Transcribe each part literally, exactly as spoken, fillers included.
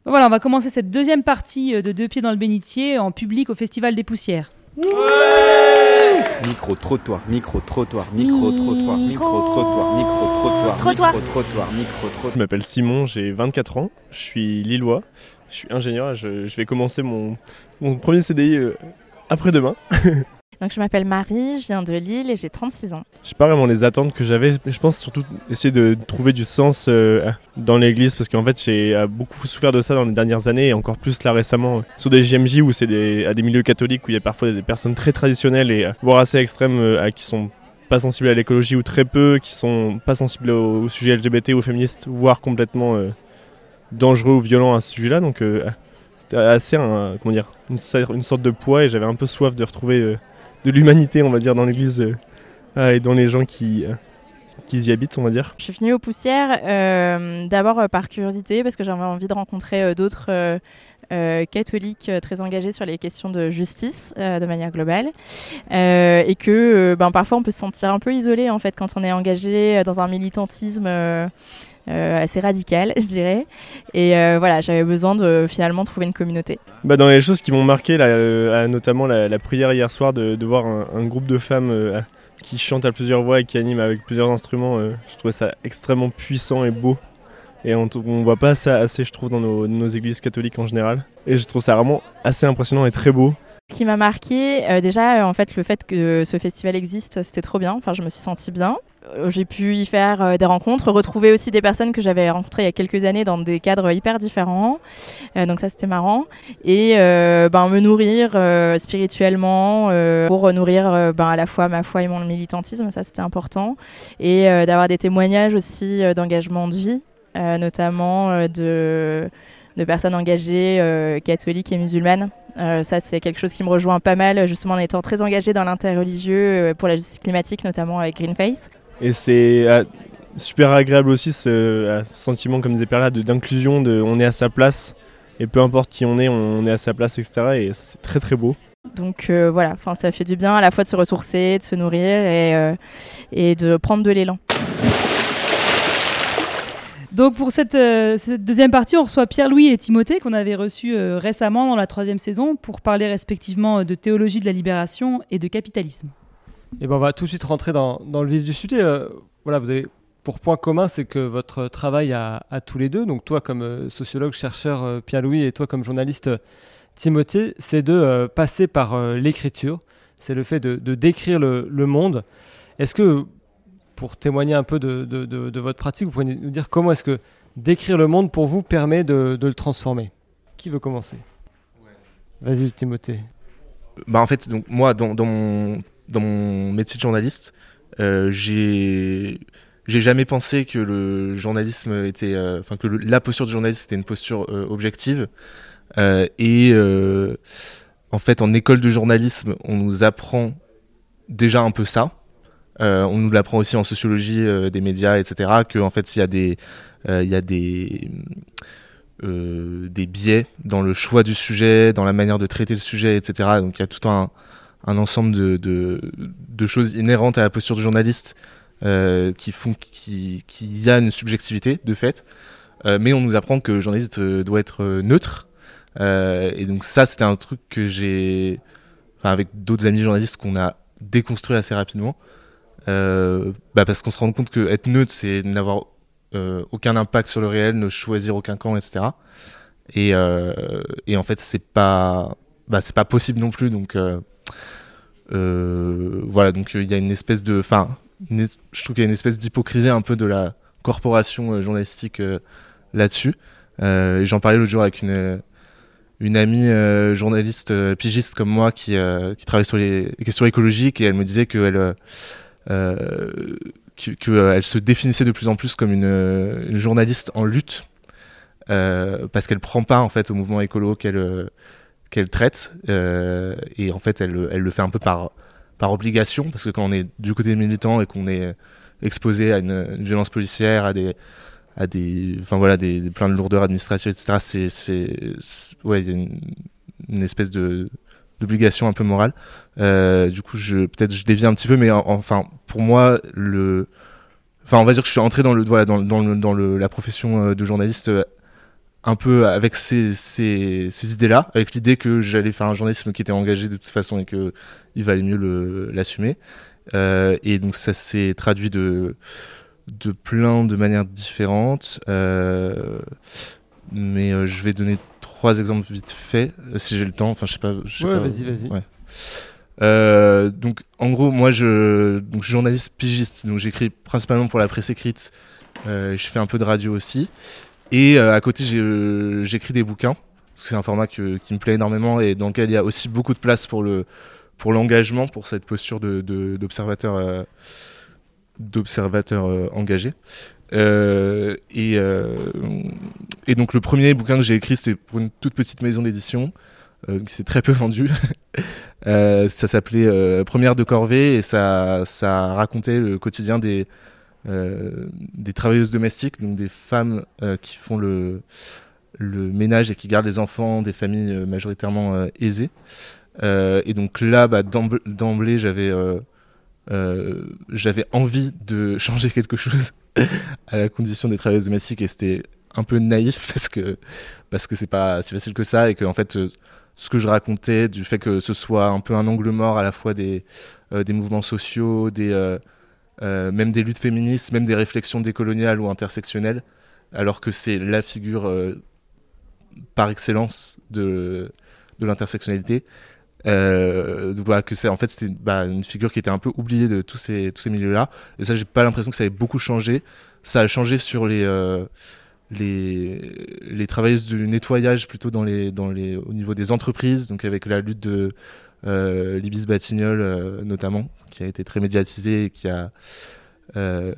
Voilà, on va commencer cette deuxième partie de Deux pieds dans le bénitier en public au Festival des Poussières. Ouais micro-trottoir, micro-trottoir, micro-trottoir, micro-trottoir, micro-trottoir, micro-trottoir, micro-trottoir. Je m'appelle Simon, j'ai vingt-quatre ans, je suis lillois, je suis ingénieur et je, je vais commencer mon, mon premier C D I euh, après-demain. Donc je m'appelle Marie, je viens de Lille et j'ai trente-six ans. Je sais pas vraiment les attentes que j'avais, mais je pense surtout essayer de trouver du sens euh, dans l'église parce qu'en fait j'ai euh, beaucoup souffert de ça dans les dernières années et encore plus là récemment euh, sur des J M J où c'est des, à des milieux catholiques où il y a parfois des personnes très traditionnelles et euh, voire assez extrêmes euh, qui sont pas sensibles à l'écologie ou très peu, qui sont pas sensibles au, au sujet L G B T ou féministes, voire complètement euh, dangereux ou violents à ce sujet-là. Donc euh, c'était assez un, comment dire, une, une sorte de poids et j'avais un peu soif de retrouver euh, de l'humanité, on va dire, dans l'église euh, et dans les gens qui, euh, qui y habitent, on va dire. Je suis venue aux Poussières euh, d'abord euh, par curiosité parce que j'avais envie de rencontrer euh, d'autres euh, euh, catholiques euh, très engagés sur les questions de justice euh, de manière globale euh, et que euh, ben, parfois on peut se sentir un peu isolé en fait quand on est engagé dans un militantisme euh, Euh, assez radical, je dirais. Et euh, voilà, j'avais besoin de finalement trouver une communauté. Bah dans les choses qui m'ont marqué, là, euh, notamment la, la prière hier soir, de, de voir un, un groupe de femmes euh, qui chantent à plusieurs voix et qui animent avec plusieurs instruments, euh, je trouvais ça extrêmement puissant et beau. Et on ne voit pas ça assez, je trouve, dans nos, nos églises catholiques en général. Et je trouve ça vraiment assez impressionnant et très beau. Ce qui m'a marqué, euh, déjà, en fait, le fait que ce festival existe, c'était trop bien. Enfin, je me suis sentie bien. J'ai pu y faire euh, des rencontres, retrouver aussi des personnes que j'avais rencontrées il y a quelques années dans des cadres hyper différents. Euh, donc ça, c'était marrant. Et euh, ben, me nourrir euh, spirituellement euh, pour nourrir euh, ben, à la fois ma foi et mon militantisme. Ça, c'était important. Et euh, d'avoir des témoignages aussi euh, d'engagement de vie, euh, notamment euh, de... de personnes engagées, euh, catholiques et musulmanes. Euh, ça, c'est quelque chose qui me rejoint pas mal, justement en étant très engagée dans l'interreligieux euh, pour la justice climatique, notamment avec Greenface. Et c'est euh, super agréable aussi ce, euh, ce sentiment, comme disait Perla, de, d'inclusion, de on est à sa place, et peu importe qui on est, on est à sa place, et cetera. Et c'est très très beau. Donc euh, voilà, ça fait du bien à la fois de se ressourcer, de se nourrir et, euh, et de prendre de l'élan. Donc pour cette, euh, cette deuxième partie, on reçoit Pierre-Louis et Timothée qu'on avait reçus euh, récemment dans la troisième saison pour parler respectivement de théologie de la libération et de capitalisme. Et ben on va tout de suite rentrer dans, dans le vif du sujet. Euh, voilà, vous avez pour point commun, c'est que votre travail à, à tous les deux, donc toi comme euh, sociologue, chercheur euh, Pierre-Louis et toi comme journaliste euh, Timothée, c'est de euh, passer par euh, l'écriture, c'est le fait de, de décrire le, le monde. Est-ce que pour témoigner un peu de, de, de, de votre pratique, vous pouvez nous dire comment est-ce que décrire le monde pour vous permet de, de le transformer ? Qui veut commencer ? Ouais. Vas-y Timothée. Bah en fait, donc, moi, dans, dans, mon, dans mon métier de journaliste, euh, j'ai, j'ai jamais pensé que le journalisme était... Enfin, euh, que le, la posture du journaliste était une posture euh, objective. Euh, et euh, en fait, en école de journalisme, on nous apprend déjà un peu ça. Euh, on nous l'apprend aussi en sociologie euh, des médias, et cetera, qu'en fait, il y a des, euh, il y a des, euh, des biais dans le choix du sujet, dans la manière de traiter le sujet, et cetera. Donc, il y a tout un, un ensemble de, de, de choses inhérentes à la posture du journaliste euh, qui font qu'il qui y a une subjectivité, de fait. Euh, mais on nous apprend que le journaliste euh, doit être euh, neutre. Euh, et donc, ça, c'était un truc que j'ai... Enfin, avec d'autres amis journalistes qu'on a déconstruit assez rapidement. Euh, bah parce qu'on se rend compte que être neutre, c'est n'avoir euh, aucun impact sur le réel, ne choisir aucun camp, et cetera. Et, euh, et en fait, c'est pas, bah, c'est pas possible non plus. Donc euh, euh, voilà, donc il y a une espèce de, enfin, je trouve qu'il y a une espèce d'hypocrisie un peu de la corporation euh, journalistique euh, là-dessus. Euh, j'en parlais l'autre jour avec une une amie euh, journaliste euh, pigiste comme moi qui euh, qui travaille sur les, les questions écologiques et elle me disait que elle euh, Euh, qu'elle que, euh, se définissait de plus en plus comme une, une journaliste en lutte euh, parce qu'elle prend part en fait au mouvement écolo qu'elle euh, qu'elle traite euh, et en fait elle elle le fait un peu par par obligation parce que quand on est du côté des militants et qu'on est exposé à une, une violence policière, à des à des enfin voilà des, des plein de lourdeurs administratives, et cetera. C'est c'est, c'est ouais, il y a une, une espèce de d'obligation un peu morale. Euh, du coup, je peut-être je dévie un petit peu, mais en, enfin pour moi le, enfin on va dire que je suis entré dans le voilà dans, dans le dans le la profession de journaliste un peu avec ces, ces, ces idées-là, avec l'idée que j'allais faire un journalisme qui était engagé de toute façon et que il valait mieux le, l'assumer. Euh, et donc ça s'est traduit de, de plein de manières différentes. Euh, mais euh, je vais donner trois exemples vite fait, si j'ai le temps. Enfin, je sais pas. Je sais ouais, pas, vas-y, vas-y. Ouais. Euh, donc, en gros, moi, je, donc, je suis journaliste pigiste, donc j'écris principalement pour la presse écrite. Euh, je fais un peu de radio aussi. Et euh, à côté, j'ai, euh, j'écris des bouquins, parce que c'est un format que, qui me plaît énormément et dans lequel il y a aussi beaucoup de place pour, le, pour l'engagement, pour cette posture de, de, d'observateur, euh, d'observateur euh, engagé. Euh, et, euh, et donc le premier bouquin que j'ai écrit, c'était pour une toute petite maison d'édition, euh, qui s'est très peu vendu. euh, ça s'appelait euh, Première de corvée et ça, ça racontait le quotidien des... Euh, des travailleuses domestiques, donc des femmes euh, qui font le, le ménage et qui gardent les enfants des familles euh, majoritairement euh, aisées. Euh, et donc là, bah, d'emblée, d'emblée j'avais, euh, euh, j'avais envie de changer quelque chose à la condition des travailleuses domestiques et c'était un peu naïf parce que, parce que c'est pas si facile que ça et que en fait, euh, ce que je racontais du fait que ce soit un peu un angle mort à la fois des, euh, des mouvements sociaux, des... Euh, Euh, même des luttes féministes, même des réflexions décoloniales ou intersectionnelles, alors que c'est la figure euh, par excellence de, de l'intersectionnalité. Euh, voilà, que c'est, en fait, c'était bah, une figure qui était un peu oubliée de tous ces, tous ces milieux-là. Et ça, j'ai pas l'impression que ça ait beaucoup changé. Ça a changé sur les, euh, les, les travailleuses du nettoyage plutôt dans les, dans les, au niveau des entreprises, donc avec la lutte de Euh, Libis Batignolles euh, notamment, qui a été très médiatisée et qui a, euh,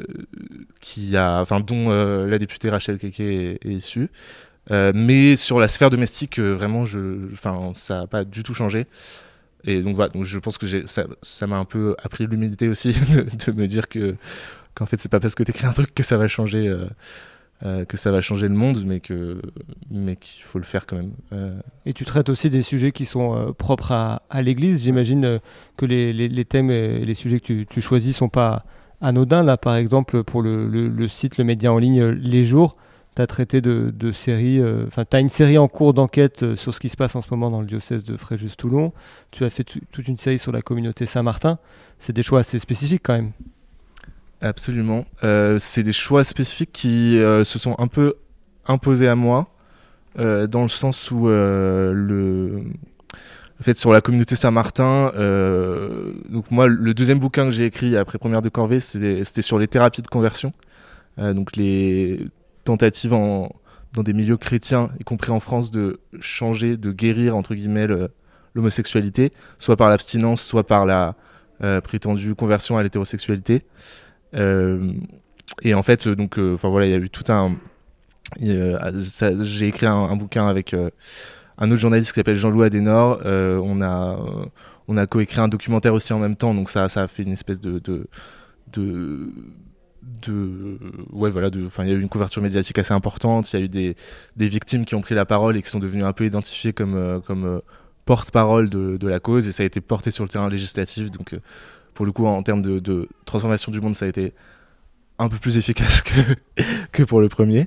qui a, enfin dont euh, la députée Rachel Keke est, est issue. Euh, mais sur la sphère domestique, euh, vraiment, je, enfin, ça n'a pas du tout changé. Et donc voilà, donc je pense que j'ai, ça, ça m'a un peu appris l'humilité aussi de, de me dire que qu'en fait c'est pas parce que t'écris un truc que ça va changer. Euh, Euh, que ça va changer le monde, mais, que, mais qu'il faut le faire quand même. Euh... Et tu traites aussi des sujets qui sont euh, propres à, à l'Église. J'imagine euh, que les, les, les thèmes et les sujets que tu, tu choisis ne sont pas anodins. Là, par exemple, pour le, le, le site, le média en ligne euh, Les Jours, tu as traité de, de séries... Enfin, euh, tu as une série en cours d'enquête euh, sur ce qui se passe en ce moment dans le diocèse de Fréjus-Toulon. Tu as fait t- toute une série sur la communauté Saint-Martin. C'est des choix assez spécifiques quand même. Absolument. Euh, c'est des choix spécifiques qui euh, se sont un peu imposés à moi, euh, dans le sens où euh, le... En fait, sur la communauté Saint-Martin, euh, donc moi, le deuxième bouquin que j'ai écrit après Première de corvée, c'était, c'était sur les thérapies de conversion, euh, donc les tentatives en, dans des milieux chrétiens, y compris en France, de changer, de guérir entre guillemets le, l'homosexualité, soit par l'abstinence, soit par la euh, prétendue conversion à l'hétérosexualité. Euh, et en fait, donc, enfin euh, voilà, il y a eu tout un. Euh, ça, j'ai écrit un, un bouquin avec euh, un autre journaliste qui s'appelle Jean-Louis Adenor. Euh, on a, euh, on a coécrit un documentaire aussi en même temps, donc ça, ça a fait une espèce de, de, de, de ouais voilà, de, enfin il y a eu une couverture médiatique assez importante. Il y a eu des, des victimes qui ont pris la parole et qui sont devenues un peu identifiées comme, euh, comme euh, porte-parole de, de la cause, et ça a été porté sur le terrain législatif. Donc euh, pour le coup, en termes de, de transformation du monde, ça a été un peu plus efficace que, que pour le premier.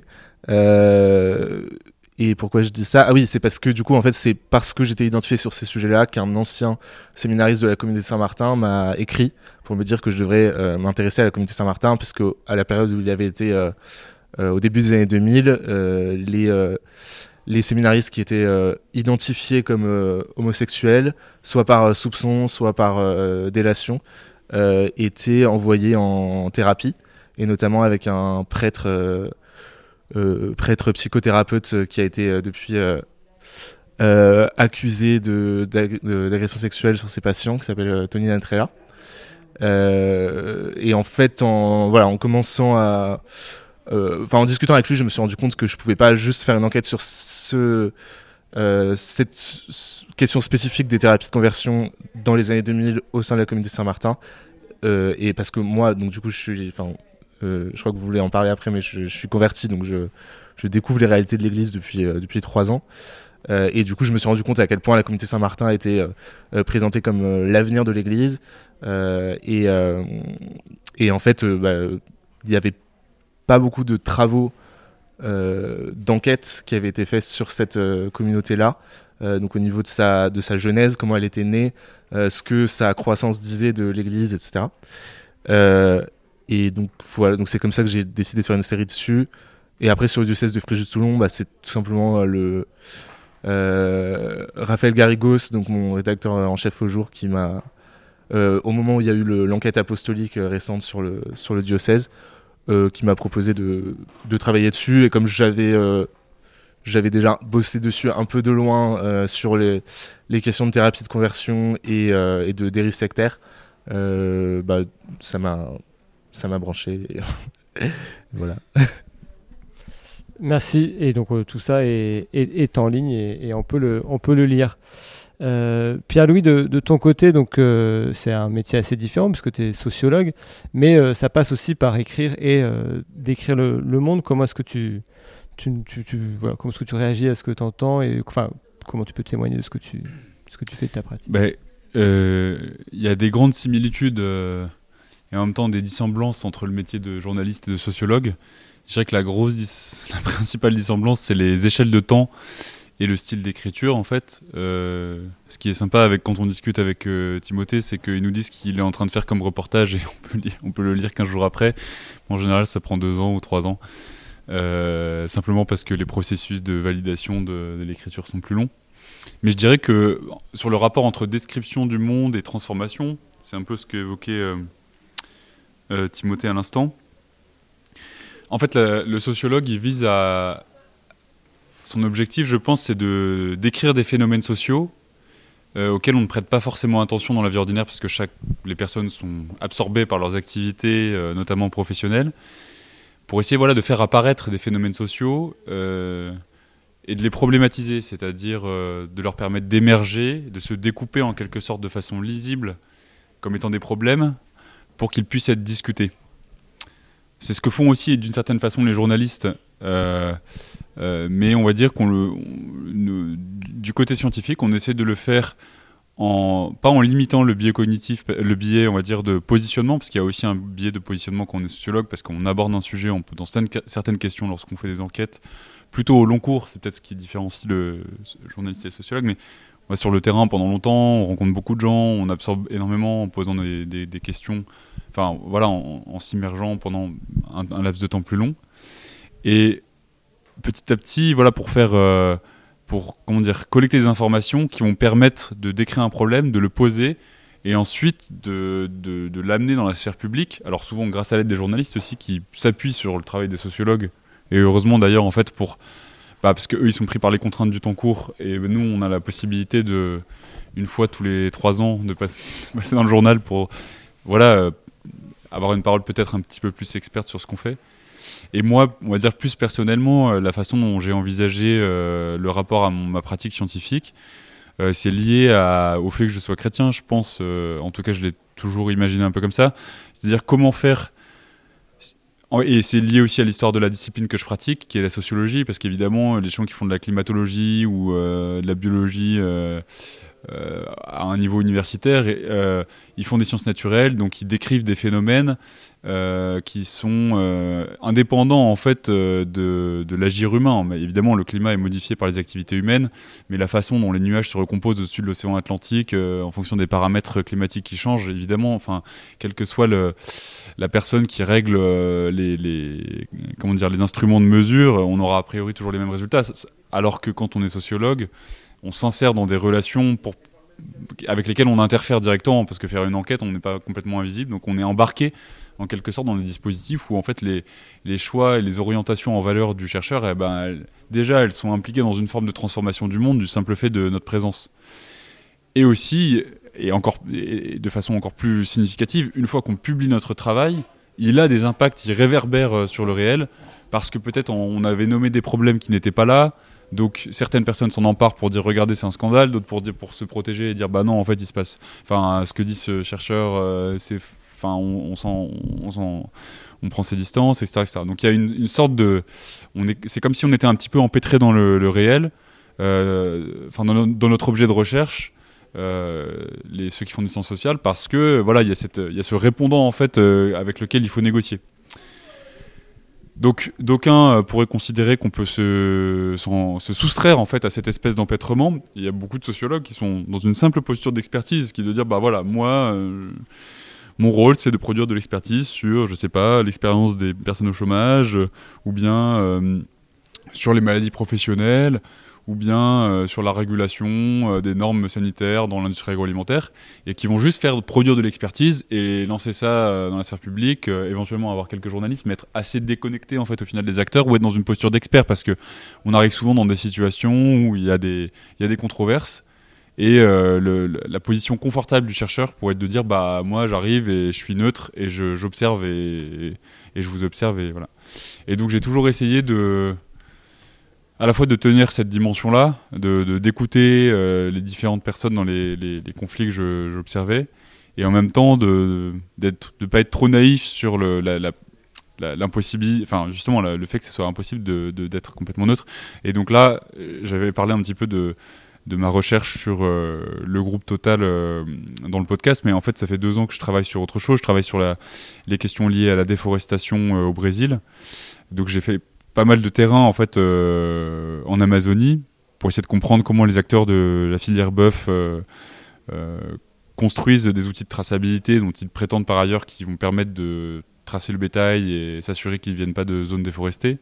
Euh, et pourquoi je dis ça ? Ah oui, c'est parce que du coup, en fait, c'est parce que j'étais identifié sur ces sujets-là qu'un ancien séminariste de la communauté Saint-Martin m'a écrit pour me dire que je devrais euh, m'intéresser à la communauté Saint-Martin, puisque à la période où il avait été, euh, euh, au début des années deux mille, euh, les... Euh, les séminaristes qui étaient euh, identifiés comme euh, homosexuels, soit par euh, soupçon, soit par euh, délation, euh, étaient envoyés en, en thérapie, et notamment avec un prêtre, euh, euh, prêtre psychothérapeute qui a été euh, depuis euh, euh, accusé de, d'ag- de, d'agression sexuelle sur ses patients, qui s'appelle euh, Tony Nantrella. Euh, et en fait, en, voilà, en commençant à... Enfin, euh, en discutant avec lui, je me suis rendu compte que je pouvais pas juste faire une enquête sur ce, euh, cette s- question spécifique des thérapies de conversion dans les années deux mille au sein de la communauté Saint-Martin. Euh, et parce que moi, donc du coup, je suis, enfin, euh, je crois que vous voulez en parler après, mais je, je suis converti, donc je, je découvre les réalités de l'Église depuis euh, depuis trois ans. Euh, et du coup, je me suis rendu compte à quel point la communauté Saint-Martin était euh, euh, présentée comme euh, l'avenir de l'Église. Euh, et, euh, et en fait, euh, bah, il y avait pas beaucoup de travaux euh, d'enquêtes qui avaient été faites sur cette euh, communauté-là. Euh, donc au niveau de sa, de sa genèse, comment elle était née, euh, ce que sa croissance disait de l'Église, et cetera. Euh, et donc voilà, donc c'est comme ça que j'ai décidé de faire une série dessus. Et après sur le diocèse de Fréjus-Toulon, bah, c'est tout simplement euh, le euh, Raphaël Garrigos, donc mon rédacteur en chef au jour, qui m'a euh, au moment où il y a eu le, l'enquête apostolique euh, récente sur le sur le diocèse, euh, qui m'a proposé de de travailler dessus. Et comme j'avais euh, J'avais déjà bossé dessus un peu de loin euh, sur les, les questions de thérapie de conversion et, euh, et de dérive sectaire. Euh, bah, ça m'a, ça m'a branché. Et voilà. Merci. Et donc euh, tout ça est, est, est en ligne et, et on peut le, on peut le lire. Euh, Pierre-Louis, de, de ton côté, donc euh, c'est un métier assez différent puisque tu es sociologue, mais euh, ça passe aussi par écrire et euh, décrire le, le monde. Comment est-ce que tu Tu, tu, tu, voilà, comment est-ce que tu réagis à ce que tu entends et enfin, comment tu peux témoigner de ce que tu, ce que tu fais de ta pratique? Il bah, euh, y a des grandes similitudes euh, et en même temps des dissemblances entre le métier de journaliste et de sociologue. Je dirais que la, grosse dis- la principale dissemblance, c'est les échelles de temps et le style d'écriture, en fait. Euh, ce qui est sympa avec, quand on discute avec euh, Timothée, c'est qu'il nous dit ce qu'il est en train de faire comme reportage et on peut, lire, on peut le lire quinze jours après. En général, ça prend deux ans ou trois ans. Euh, simplement parce que les processus de validation de, de l'écriture sont plus longs. Mais je dirais que sur le rapport entre description du monde et transformation, c'est un peu ce qu'évoquait euh, euh, Timothée à l'instant. En fait, la, le sociologue, il vise à... Son objectif, je pense, c'est de, d'écrire des phénomènes sociaux euh, auxquels on ne prête pas forcément attention dans la vie ordinaire parce que chaque, les personnes sont absorbées par leurs activités, euh, notamment professionnelles, pour essayer voilà, de faire apparaître des phénomènes sociaux euh, et de les problématiser, c'est-à-dire euh, de leur permettre d'émerger, de se découper en quelque sorte de façon lisible comme étant des problèmes pour qu'ils puissent être discutés. C'est ce que font aussi d'une certaine façon les journalistes, euh, euh, mais on va dire qu'on le, on, du côté scientifique, on essaie de le faire En, pas en limitant le biais cognitif, le biais, on va dire, de positionnement, parce qu'il y a aussi un biais de positionnement quand on est sociologue, parce qu'on aborde un sujet, on peut, dans certaines questions, lorsqu'on fait des enquêtes, plutôt au long cours, c'est peut-être ce qui différencie le journaliste et le sociologue, mais on va sur le terrain pendant longtemps, on rencontre beaucoup de gens, on absorbe énormément en posant des, des, des questions, enfin voilà, en, en s'immergeant pendant un, un laps de temps plus long. Et petit à petit, voilà, pour faire... Euh, pour comment dire, collecter des informations qui vont permettre de décrire un problème, de le poser, et ensuite de, de, de l'amener dans la sphère publique. Alors souvent grâce à l'aide des journalistes aussi, qui s'appuient sur le travail des sociologues, et heureusement d'ailleurs en fait, pour, bah, parce qu'eux ils sont pris par les contraintes du temps court, et nous on a la possibilité de, une fois tous les trois ans, de passer, de passer dans le journal pour voilà, euh, avoir une parole peut-être un petit peu plus experte sur ce qu'on fait. Et moi, on va dire plus personnellement, euh, la façon dont j'ai envisagé euh, le rapport à mon, ma pratique scientifique, euh, c'est lié à, au fait que je sois chrétien, je pense. Euh, en tout cas, je l'ai toujours imaginé un peu comme ça. C'est-à-dire comment faire... Et c'est lié aussi à l'histoire de la discipline que je pratique, qui est la sociologie, parce qu'évidemment, les gens qui font de la climatologie ou euh, de la biologie... Euh, Euh, à un niveau universitaire, et, euh, ils font des sciences naturelles, donc ils décrivent des phénomènes euh, qui sont euh, indépendants en fait euh, de, de l'agir humain. Mais évidemment, le climat est modifié par les activités humaines, mais la façon dont les nuages se recomposent au-dessus de l'océan Atlantique, euh, en fonction des paramètres climatiques qui changent, évidemment, enfin, quelle que soit le, la personne qui règle euh, les, les, comment dire, les instruments de mesure, on aura a priori toujours les mêmes résultats. Alors que quand on est sociologue, on s'insère dans des relations pour, avec lesquelles on interfère directement, parce que faire une enquête, on n'est pas complètement invisible, donc on est embarqué en quelque sorte dans des dispositifs où en fait les, les choix et les orientations en valeur du chercheur, eh ben, elles, déjà elles sont impliquées dans une forme de transformation du monde du simple fait de notre présence. Et aussi, et, encore, et de façon encore plus significative, une fois qu'on publie notre travail, il a des impacts, il réverbère sur le réel, parce que peut-être on avait nommé des problèmes qui n'étaient pas là. Donc certaines personnes s'en emparent pour dire regardez c'est un scandale, d'autres pour dire pour se protéger et dire bah non en fait il se passe, enfin ce que dit ce chercheur euh, c'est, enfin on, on s'en, on s'en, on prend ses distances, et cetera, et cetera. Donc il y a une, une sorte de, on est, c'est comme si on était un petit peu empêtré dans le, le réel, euh, enfin dans, dans notre objet de recherche, euh, les ceux qui font des sciences sociales, parce que voilà il y a cette, il y a ce répondant en fait euh, avec lequel il faut négocier. Donc, d'aucuns pourraient considérer qu'on peut se, se soustraire en fait à cette espèce d'empêtrement. Il y a beaucoup de sociologues qui sont dans une simple posture d'expertise, qui est de dire bah voilà, moi, euh, mon rôle c'est de produire de l'expertise sur, je sais pas, l'expérience des personnes au chômage, euh, ou bien euh, sur les maladies professionnelles, ou bien euh, sur la régulation euh, des normes sanitaires dans l'industrie agroalimentaire, et qui vont juste faire produire de l'expertise et lancer ça euh, dans la sphère publique, euh, éventuellement avoir quelques journalistes, mais être assez déconnecté en fait au final des acteurs, ou être dans une posture d'expert, parce que on arrive souvent dans des situations où il y a des, il y a des controverses, et euh, le, la position confortable du chercheur pourrait être de dire bah moi j'arrive et je suis neutre et je, j'observe et, et, et je vous observe et voilà. Et donc j'ai toujours essayé de à la fois de tenir cette dimension-là, de, de, d'écouter euh, les différentes personnes dans les, les, les conflits que je, j'observais, et en même temps de ne pas être trop naïf sur le, la, la, la, l'impossibilité, enfin justement la, le fait que ce soit impossible de, de, d'être complètement neutre. Et donc là, j'avais parlé un petit peu de, de ma recherche sur euh, le groupe Total euh, dans le podcast, mais en fait ça fait deux ans que je travaille sur autre chose. Je travaille sur la, les questions liées à la déforestation euh, au Brésil. Donc j'ai fait pas mal de terrain en fait euh, en Amazonie pour essayer de comprendre comment les acteurs de la filière bœuf euh, euh, construisent des outils de traçabilité dont ils prétendent par ailleurs qui vont permettre de tracer le bétail et s'assurer qu'ils ne viennent pas de zones déforestées.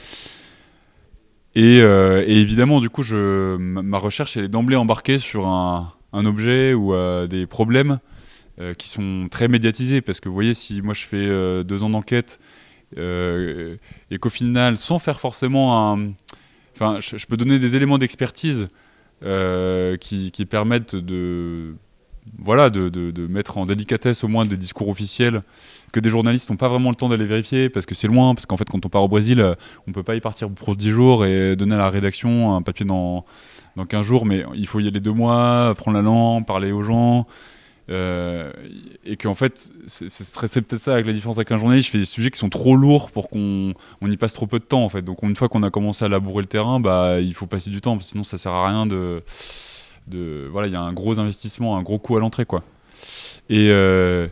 Et, euh, et évidemment, du coup, je, ma, ma recherche elle est d'emblée embarquée sur un, un objet ou euh, des problèmes euh, qui sont très médiatisés. Parce que vous voyez, si moi je fais euh, deux ans d'enquête Euh, et qu'au final, sans faire forcément un... Enfin, je, je peux donner des éléments d'expertise euh, qui, qui permettent de, voilà, de, de, de mettre en délicatesse au moins des discours officiels que des journalistes n'ont pas vraiment le temps d'aller vérifier parce que c'est loin, parce qu'en fait, quand on part au Brésil, on ne peut pas y partir pour dix jours et donner à la rédaction un papier dans, dans quinze jours, mais il faut y aller deux mois, prendre la langue, parler aux gens... Euh, et qu'en fait c'est, c'est, c'est peut-être ça avec la différence avec un journaliste. Je fais des sujets qui sont trop lourds pour qu'on on y passe trop peu de temps en fait. Donc une fois qu'on a commencé à labourer le terrain, bah il faut passer du temps parce que sinon ça sert à rien de, de voilà, il y a un gros investissement, un gros coût à l'entrée quoi. Et euh,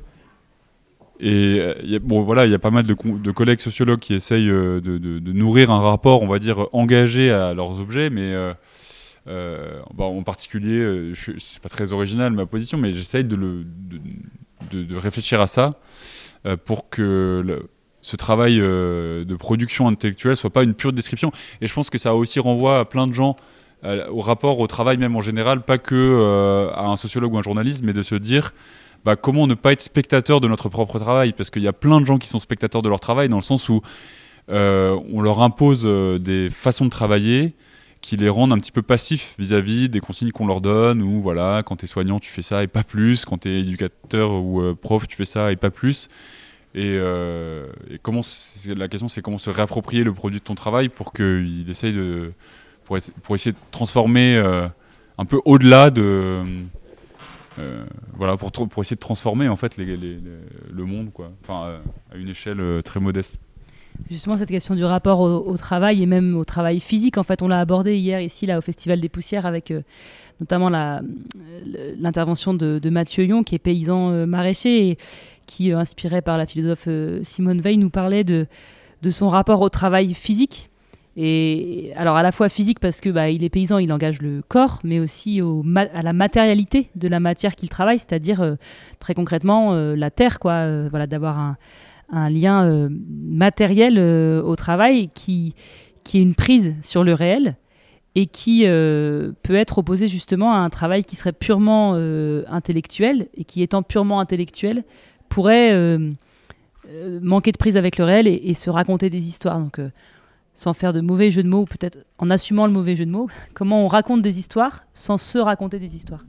et y a, bon voilà, il y a pas mal de, de collègues sociologues qui essayent de, de, de nourrir un rapport, on va dire engagé à leurs objets, mais euh, Euh, bah en particulier, euh, je, c'est pas très original ma position, mais j'essaye de, le, de, de, de réfléchir à ça euh, pour que le, ce travail euh, de production intellectuelle soit pas une pure description. Et je pense que ça aussi renvoie à plein de gens euh, au rapport au travail même en général, pas que euh, à un sociologue ou un journaliste, mais de se dire bah, comment ne pas être spectateur de notre propre travail, parce qu'il y a plein de gens qui sont spectateurs de leur travail dans le sens où euh, on leur impose euh, des façons de travailler qui les rendent un petit peu passifs vis-à-vis des consignes qu'on leur donne, ou voilà, quand t'es soignant tu fais ça et pas plus, quand t'es éducateur ou euh, prof tu fais ça et pas plus. Et, euh, et comment c'est, la question c'est comment se réapproprier le produit de ton travail pour qu'il essaye de, pour, pour essayer de transformer euh, un peu au-delà de, euh, voilà, pour, pour essayer de transformer en fait les, les, les, le monde quoi, enfin à une échelle euh, très modeste. Justement, cette question du rapport au, au travail et même au travail physique, en fait, on l'a abordé hier ici là, au Festival des Poussières avec euh, notamment la, l'intervention de, de Mathieu Yon, qui est paysan euh, maraîcher et qui, euh, inspiré par la philosophe euh, Simone Veil, nous parlait de, de son rapport au travail physique. Et alors à la fois physique parce que bah, il est paysan, il engage le corps, mais aussi au ma- à la matérialité de la matière qu'il travaille, c'est-à-dire euh, très concrètement euh, la terre, quoi, euh, voilà, d'avoir un un lien euh, matériel euh, au travail qui, qui est une prise sur le réel et qui euh, peut être opposé justement à un travail qui serait purement euh, intellectuel et qui, étant purement intellectuel, pourrait euh, euh, manquer de prise avec le réel et, et se raconter des histoires. Donc, euh, sans faire de mauvais jeu de mots, ou peut-être en assumant le mauvais jeu de mots, comment on raconte des histoires sans se raconter des histoires.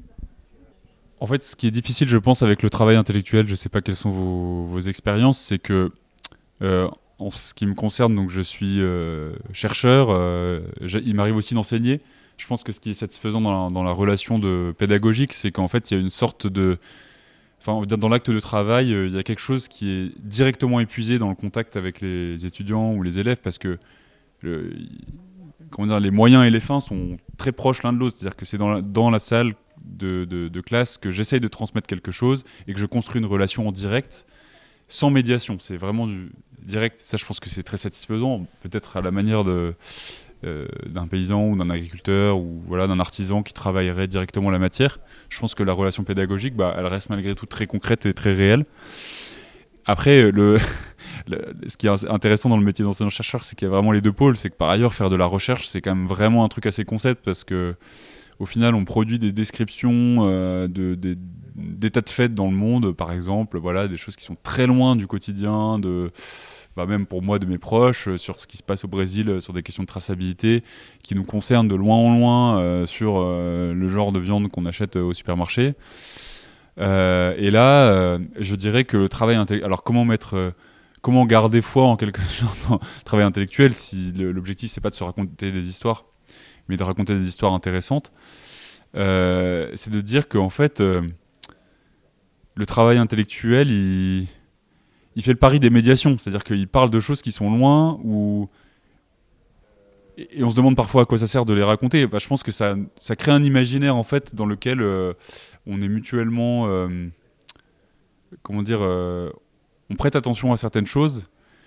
En fait, ce qui est difficile, je pense, avec le travail intellectuel, je ne sais pas quelles sont vos, vos expériences, c'est que, euh, en ce qui me concerne, donc je suis euh, chercheur, euh, il m'arrive aussi d'enseigner. Je pense que ce qui est satisfaisant dans la, dans la relation de pédagogique, c'est qu'en fait, il y a une sorte de... Enfin, dans l'acte de travail, il y a quelque chose qui est directement épuisé dans le contact avec les étudiants ou les élèves, parce que le, comment dire, les moyens et les fins sont très proches l'un de l'autre. C'est-à-dire que c'est dans la, dans la salle De, de, de classe que j'essaye de transmettre quelque chose et que je construis une relation en direct sans médiation. C'est vraiment du direct. Ça, je pense que c'est très satisfaisant, peut-être à la manière de, euh, d'un paysan ou d'un agriculteur ou voilà, d'un artisan qui travaillerait directement la matière. Je pense que la relation pédagogique, bah, elle reste malgré tout très concrète et très réelle. Après, le, le, ce qui est intéressant dans le métier d'enseignant-chercheur, c'est qu'il y a vraiment les deux pôles. C'est que par ailleurs, faire de la recherche, c'est quand même vraiment un truc assez concept parce que au final, on produit des descriptions euh, de, de, d'états de fait dans le monde, par exemple, voilà, des choses qui sont très loin du quotidien, de, bah même pour moi, de mes proches, euh, sur ce qui se passe au Brésil, euh, sur des questions de traçabilité, qui nous concernent de loin en loin, euh, sur euh, le genre de viande qu'on achète euh, au supermarché. Euh, et là, euh, je dirais que le travail intellectuel... Alors, comment mettre... Euh, comment garder foi en quelque chose dans le travail intellectuel si le, l'objectif, c'est pas de se raconter des histoires, mais de raconter des histoires intéressantes, euh, c'est de dire qu'en fait, euh, le travail intellectuel, il, il fait le pari des médiations. C'est-à-dire qu'il parle de choses qui sont loin, ou... et, et on se demande parfois à quoi ça sert de les raconter. Bah, je pense que ça, ça crée un imaginaire en fait, dans lequel euh, on est mutuellement... Euh, comment dire euh, on prête attention à certaines choses,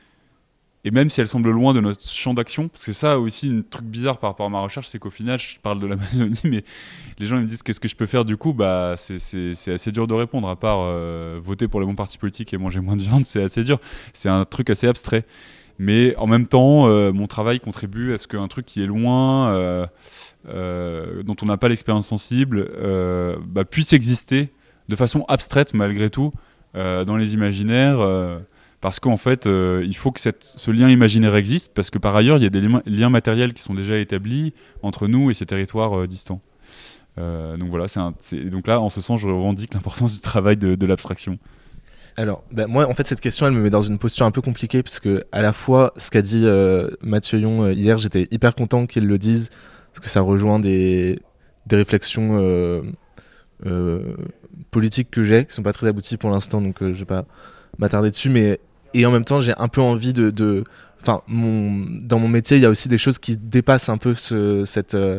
et même si elles semblent loin de notre champ d'action, parce que ça aussi, un truc bizarre par rapport à ma recherche, c'est qu'au final, je parle de l'Amazonie, mais les gens ils me disent qu'est-ce que je peux faire du coup, bah, c'est, c'est, c'est assez dur de répondre, à part euh, voter pour les bons partis politiques et manger moins de viande, c'est assez dur, c'est un truc assez abstrait. Mais en même temps, euh, mon travail contribue à ce qu'un truc qui est loin, euh, euh, dont on n'a pas l'expérience sensible, euh, bah, puisse exister de façon abstraite malgré tout, euh, dans les imaginaires, euh, parce qu'en fait, euh, il faut que cette, ce lien imaginaire existe, parce que par ailleurs, il y a des liens, liens matériels qui sont déjà établis entre nous et ces territoires euh, distants. Euh, donc voilà, c'est un, c'est, donc là, en ce sens, je revendique l'importance du travail de, de l'abstraction. Alors, bah, moi, en fait, cette question, elle me met dans une posture un peu compliquée, parce que à la fois, ce qu'a dit euh, Mathieu Yon euh, hier, j'étais hyper content qu'il le dise, parce que ça rejoint des, des réflexions euh, euh, politiques que j'ai, qui sont pas très abouties pour l'instant, donc euh, je vais pas m'attarder dessus, mais et en même temps, j'ai un peu envie de, de, enfin, mon, dans mon métier, il y a aussi des choses qui dépassent un peu ce, cette, euh,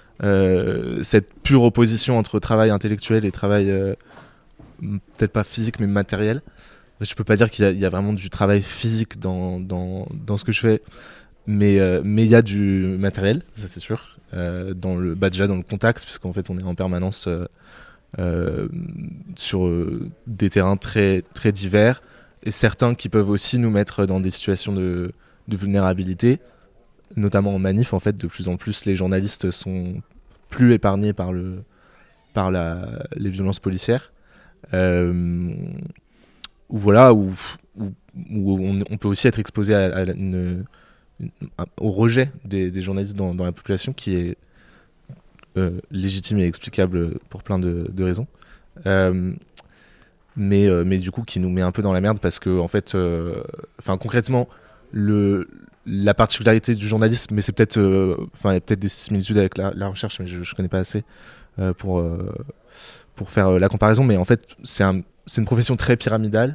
euh, cette pure opposition entre travail intellectuel et travail euh, peut-être pas physique mais matériel. Je peux pas dire qu'il y a, il y a vraiment du travail physique dans, dans, dans ce que je fais, mais euh, mais il y a du matériel, ça c'est sûr, euh, dans le, bah déjà dans le contact, puisqu'en fait on est en permanence euh, euh, sur euh, des terrains très très divers, et certains qui peuvent aussi nous mettre dans des situations de, de vulnérabilité, notamment en manif. En fait, de plus en plus les journalistes sont plus épargnés par le par la les violences policières. Euh, ou voilà, où, où, où on, on peut aussi être exposé à, à une, une, au rejet des, des journalistes dans, dans la population, qui est euh, légitime et explicable pour plein de, de raisons, euh, mais, euh, mais du coup qui nous met un peu dans la merde, parce que en fait, enfin euh, concrètement, le, la particularité du journalisme, mais c'est peut-être, enfin euh, il y a peut-être des similitudes avec la, la recherche, mais je, je connais pas assez euh, pour euh, pour faire euh, la comparaison, mais en fait c'est, un, c'est une profession très pyramidale,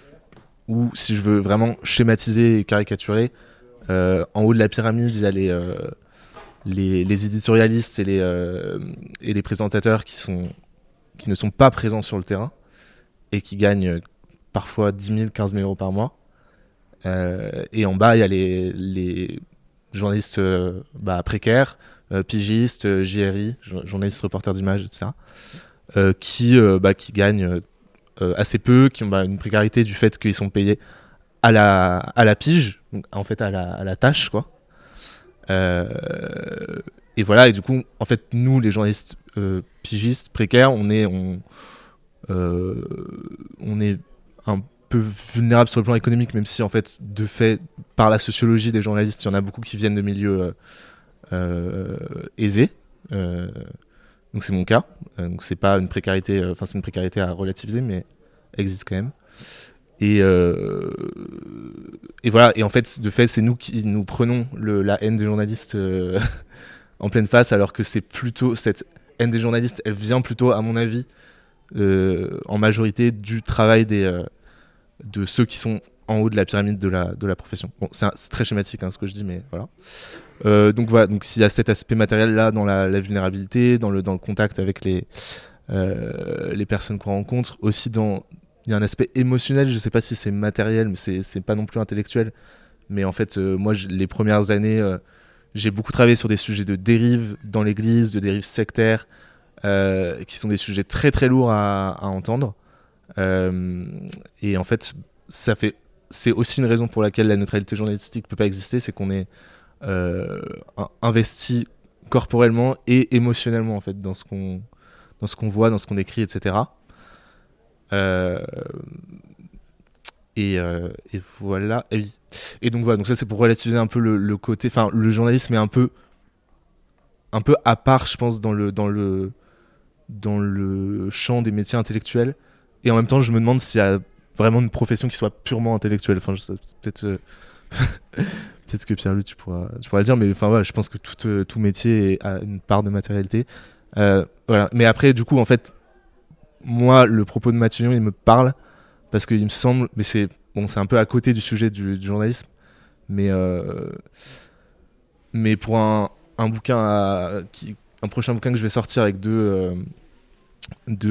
où si je veux vraiment schématiser et caricaturer, euh, en haut de la pyramide il y a les, euh, les, les éditorialistes et les, euh, et les présentateurs qui, sont, qui ne sont pas présents sur le terrain et qui gagnent parfois dix mille, quinze mille euros par mois, euh, et en bas il y a les, les journalistes euh, bah, précaires, euh, pigistes, euh, J R I, journalistes reporters d'images, et cetera, Euh, qui, euh, bah, qui gagnent euh, assez peu, qui ont bah, une précarité du fait qu'ils sont payés à la, à la pige, donc, en fait à la, à la tâche, quoi. Euh, et voilà, et du coup, en fait, nous, les journalistes euh, pigistes, précaires, on est, on, euh, on est un peu vulnérable sur le plan économique, même si, en fait, de fait, par la sociologie des journalistes, il y en a beaucoup qui viennent de milieux euh, euh, aisés. Euh, Donc c'est mon cas, euh, donc c'est pas une précarité, enfin euh, c'est une précarité à relativiser, mais elle existe quand même. Et, euh, et voilà, et en fait, de fait, c'est nous qui nous prenons le, la haine des journalistes euh, en pleine face, alors que c'est plutôt, cette haine des journalistes, elle vient plutôt, à mon avis, euh, en majorité du travail des, euh, de ceux qui sont en haut de la pyramide de la, de la profession. Bon, c'est, un, c'est très schématique hein, ce que je dis, mais voilà. Euh, donc voilà, donc s'il y a cet aspect matériel là dans la, la vulnérabilité, dans le dans le contact avec les euh, les personnes qu'on rencontre, aussi dans il y a un aspect émotionnel, je sais pas si c'est matériel, mais c'est, c'est pas non plus intellectuel. Mais en fait, euh, moi, les premières années, euh, j'ai beaucoup travaillé sur des sujets de dérive dans l'église, de dérive sectaire, euh, qui sont des sujets très très lourds à, à entendre. Euh, et en fait, ça fait, c'est aussi une raison pour laquelle la neutralité journalistique peut pas exister, c'est qu'on est euh, investi corporellement et émotionnellement en fait dans ce qu'on, dans ce qu'on voit, dans ce qu'on écrit, et cetera. Euh, et, euh, et voilà. Et, et donc voilà. Donc ça c'est pour relativiser un peu le, le côté. Enfin, le journalisme est un peu, un peu à part, je pense, dans le dans le dans le champ des métiers intellectuels. Et en même temps, je me demande s'il y a vraiment une profession qui soit purement intellectuelle. Enfin, je sais, peut-être euh, peut-être que Pierre-Louis tu pourras tu pourras le dire, mais enfin voilà, je pense que tout euh, tout métier a une part de matérialité. Euh, voilà. Mais après, du coup, en fait. Moi, le propos de Mathieu Lyon, il me parle parce qu'il me semble, mais c'est bon, c'est un peu à côté du sujet du, du journalisme, mais euh, mais pour un, un bouquin, à, qui, un prochain bouquin que je vais sortir avec deux euh, deux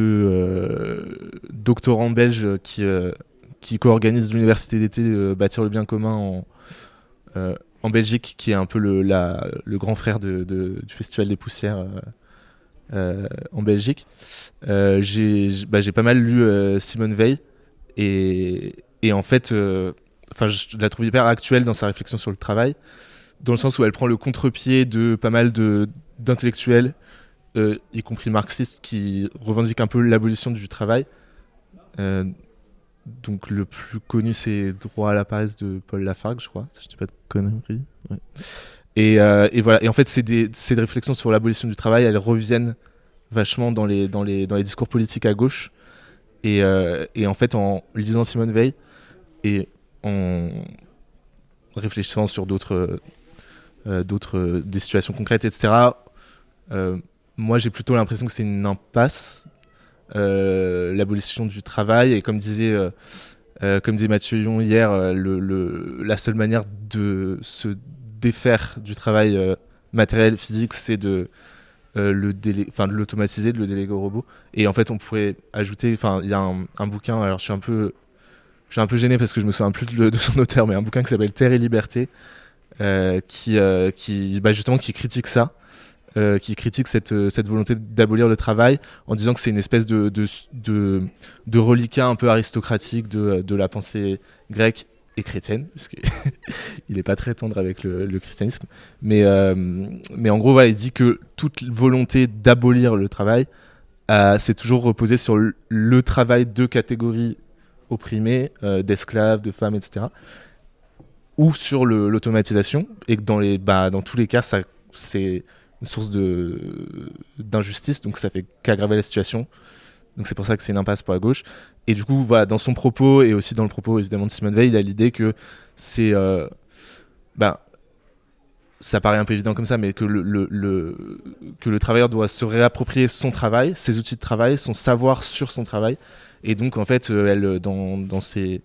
euh, doctorants belges qui euh, qui co-organisent l'université d'été euh, Bâtir le bien commun en euh, en Belgique, qui est un peu le la, le grand frère de, de, du Festival des Poussières. Euh, Euh, en Belgique, euh, j'ai, bah, j'ai pas mal lu euh, Simone Veil et, et en fait, enfin, euh, je la trouve hyper actuelle dans sa réflexion sur le travail, dans le sens où elle prend le contre-pied de pas mal de, d'intellectuels, euh, y compris marxistes, qui revendiquent un peu l'abolition du travail. Euh, donc le plus connu, c'est Droit à la paresse de Paul Lafargue, je crois, si je dis pas de conneries. Ouais. Et, euh, et voilà. Et en fait, ces des, ces réflexions sur l'abolition du travail, elles reviennent vachement dans les, dans les, dans les discours politiques à gauche. Et, euh, et en fait, en lisant Simone Veil et en réfléchissant sur d'autres, euh, d'autres euh, des situations concrètes, et cetera, euh, moi, j'ai plutôt l'impression que c'est une impasse, euh, l'abolition du travail. Et comme disait, euh, euh, comme disait Mathieu Lyon hier, euh, le, le, la seule manière de se défaire du travail euh, matériel, physique, c'est de, euh, le délé- de l'automatiser, de le déléguer au robot. Et en fait, on pourrait ajouter, enfin, il y a un, un bouquin, alors je suis un peu, je suis un peu gêné parce que je me souviens plus de, de son auteur, mais un bouquin qui s'appelle Terre et Liberté, euh, qui, euh, qui, bah, justement, qui critique ça, euh, qui critique cette, cette volonté d'abolir le travail en disant que c'est une espèce de, de, de, de reliquat un peu aristocratique de, de la pensée grecque et chrétienne, parce qu'il n'est pas très tendre avec le, le christianisme, mais, euh, mais en gros, voilà, il dit que toute volonté d'abolir le travail, euh, c'est toujours reposé sur le, le travail de catégories opprimées, euh, d'esclaves, de femmes, et cetera, ou sur le, l'automatisation, et que dans, les, bah, dans tous les cas, ça, c'est une source de, d'injustice, donc ça fait qu'aggraver la situation. Donc c'est pour ça que c'est une impasse pour la gauche. Et du coup, voilà, dans son propos et aussi dans le propos évidemment de Simone Veil, il a l'idée que c'est, euh, bah, ça paraît un peu évident comme ça, mais que le, le, le, que le travailleur doit se réapproprier son travail, ses outils de travail, son savoir sur son travail. Et donc en fait, elle, dans, dans ses,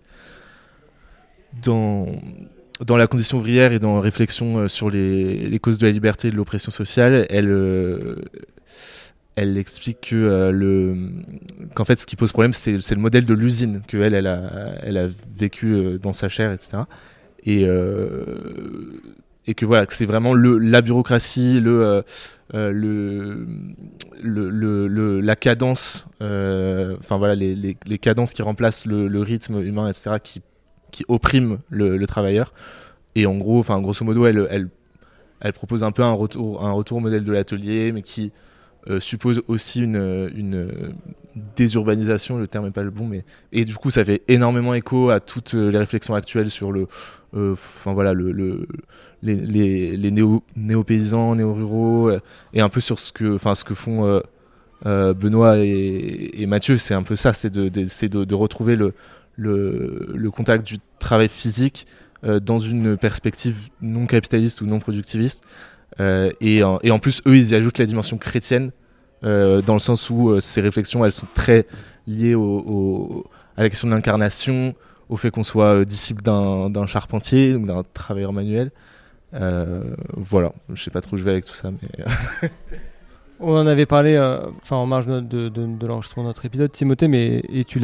dans dans la condition ouvrière et dans réflexion sur les, les causes de la liberté et de l'oppression sociale, elle euh, elle explique que euh, le qu'en fait ce qui pose problème c'est, c'est le modèle de l'usine que elle elle a elle a vécu euh, dans sa chair, et cetera. Et euh, et que voilà, que c'est vraiment le la bureaucratie, le euh, euh, le, le, le le la cadence, enfin euh, voilà les, les les cadences qui remplacent le, le rythme humain, et cetera, qui qui oppriment le, le travailleur. Et en gros, enfin grosso modo, elle elle elle propose un peu un retour un retour au modèle de l'atelier, mais qui Euh, suppose aussi une, une désurbanisation, le terme n'est pas le bon, mais et du coup ça fait énormément écho à toutes les réflexions actuelles sur le, enfin euh, voilà le, le les, les, les néo néo-paysans, néo-ruraux, euh, et un peu sur ce que, enfin ce que font euh, euh, Benoît et, et Mathieu, c'est un peu ça, c'est de, de, c'est de, de retrouver le, le, le contact du travail physique euh, dans une perspective non capitaliste ou non productiviste. Euh, et, en, et en plus, eux, ils y ajoutent la dimension chrétienne, euh, dans le sens où euh, ces réflexions, elles sont très liées au, au, à la question de l'incarnation, au fait qu'on soit euh, disciple d'un, d'un charpentier, donc d'un travailleur manuel. Euh, voilà, je sais pas trop où je vais avec tout ça, mais... On en avait parlé, enfin euh, en marge de, de, de, de l'enregistrement de notre épisode, Timothée, mais et tu l'as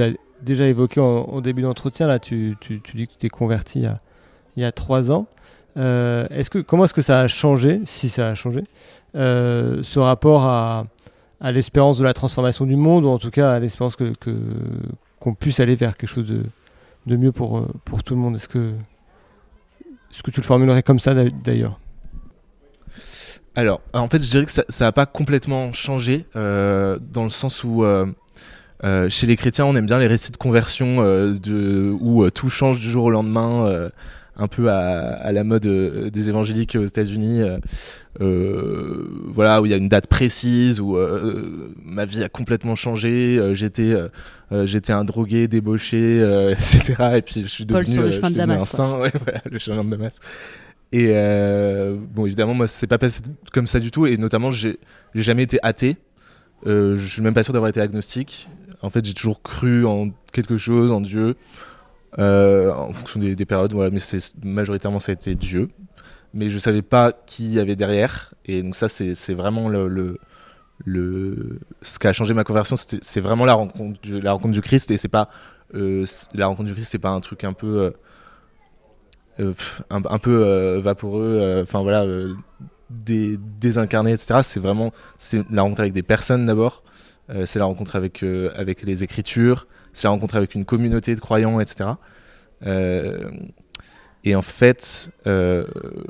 déjà évoqué en, en début d'entretien. Là, tu, tu, tu dis que tu t'es converti il y a, il y a trois ans. Euh, est-ce que, comment est-ce que ça a changé, si ça a changé, euh, ce rapport à, à l'espérance de la transformation du monde, ou en tout cas à l'espérance que, que, qu'on puisse aller vers quelque chose de, de mieux pour, pour tout le monde. Est-ce que, est-ce que tu le formulerais comme ça d'ailleurs ? Alors, en fait, je dirais que ça n'a pas complètement changé, euh, dans le sens où euh, euh, chez les chrétiens, on aime bien les récits de conversion euh, de, où euh, tout change du jour au lendemain, euh, un peu à, à la mode euh, des évangéliques aux États-Unis, euh, euh, voilà, où il y a une date précise, où euh, ma vie a complètement changé, euh, j'étais, euh, j'étais un drogué, débauché, euh, et cetera. Et puis je suis devenu, Paul sur le euh, chemin je de suis devenu Damas, un saint, ouais, voilà, le chemin de Damas. Et euh, bon, évidemment, moi, c'est pas passé comme ça du tout, et notamment, j'ai, j'ai jamais été athée. Euh, je suis même pas sûr d'avoir été agnostique. En fait, j'ai toujours cru en quelque chose, en Dieu, euh, en fonction des, des périodes. Voilà, mais c'est majoritairement ça a été Dieu. Mais je savais pas qui il y avait derrière, et donc ça, c'est, c'est vraiment le, le, le, ce qui a changé ma conversion. C'était, c'est vraiment la rencontre, du, la rencontre du Christ, et c'est pas euh, la rencontre du Christ, c'est pas un truc un peu euh, Euh, un, un peu euh, vaporeux, enfin euh, voilà, euh, dé, désincarné, et cetera. C'est vraiment c'est la rencontre avec des personnes d'abord, euh, c'est la rencontre avec, euh, avec les Écritures, c'est la rencontre avec une communauté de croyants, et cetera. Euh, et en fait, euh,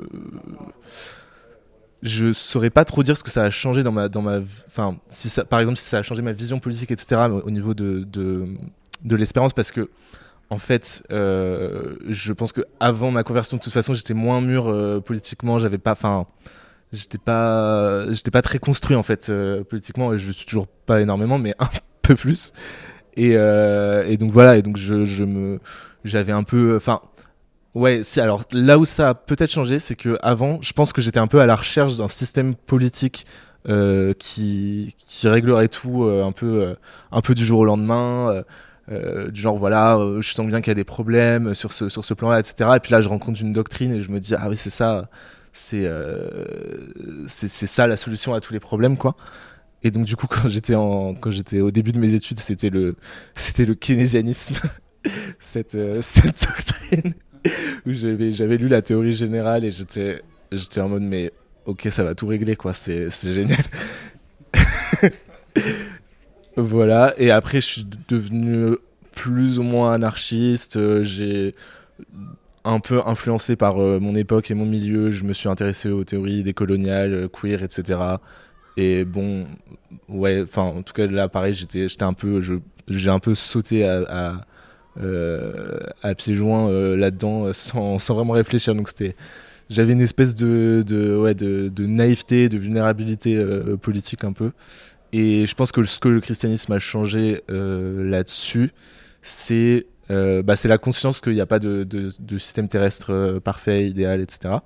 je saurais pas trop dire ce que ça a changé dans ma, dans ma, enfin, si ça, par exemple, si ça a changé ma vision politique, et cetera. Au niveau de, de, de l'espérance, parce que en fait, euh, je pense que avant ma conversion, de toute façon, j'étais moins mûr euh, politiquement. J'avais pas, enfin, j'étais pas, j'étais pas très construit en fait euh, politiquement, et je suis toujours pas énormément, mais un peu plus. Et, euh, et donc voilà, et donc je, je me, j'avais un peu, enfin, ouais, si. Alors là où ça a peut-être changé, c'est que avant, je pense que j'étais un peu à la recherche d'un système politique euh, qui, qui réglerait tout, euh, un peu, euh, un peu du jour au lendemain. Euh, Euh, du genre voilà, euh, je sens bien qu'il y a des problèmes sur ce, sur ce plan là, etc. Et puis là je rencontre une doctrine et je me dis ah oui c'est ça, c'est, euh, c'est, c'est ça la solution à tous les problèmes quoi. Et donc du coup quand j'étais, en, quand j'étais au début de mes études, c'était le, c'était le keynésianisme cette, euh, cette doctrine où j'avais, j'avais lu la théorie générale et j'étais, j'étais en mode mais ok ça va tout régler quoi, c'est, c'est génial. Voilà, et après je suis devenu plus ou moins anarchiste, euh, j'ai un peu influencé par euh, mon époque et mon milieu, je me suis intéressé aux théories décoloniales, euh, queer, et cetera. Et bon, ouais, enfin en tout cas là pareil, j'étais, j'étais un peu, je, j'ai un peu sauté à, à, euh, à pieds joints euh, là-dedans euh, sans, sans vraiment réfléchir, donc c'était, j'avais une espèce de, de, ouais, de, de naïveté, de vulnérabilité euh, politique un peu. Et je pense que ce que le christianisme a changé euh, là-dessus, c'est, euh, bah, c'est la conscience qu'il n'y a pas de, de, de système terrestre euh, parfait, idéal, et cetera.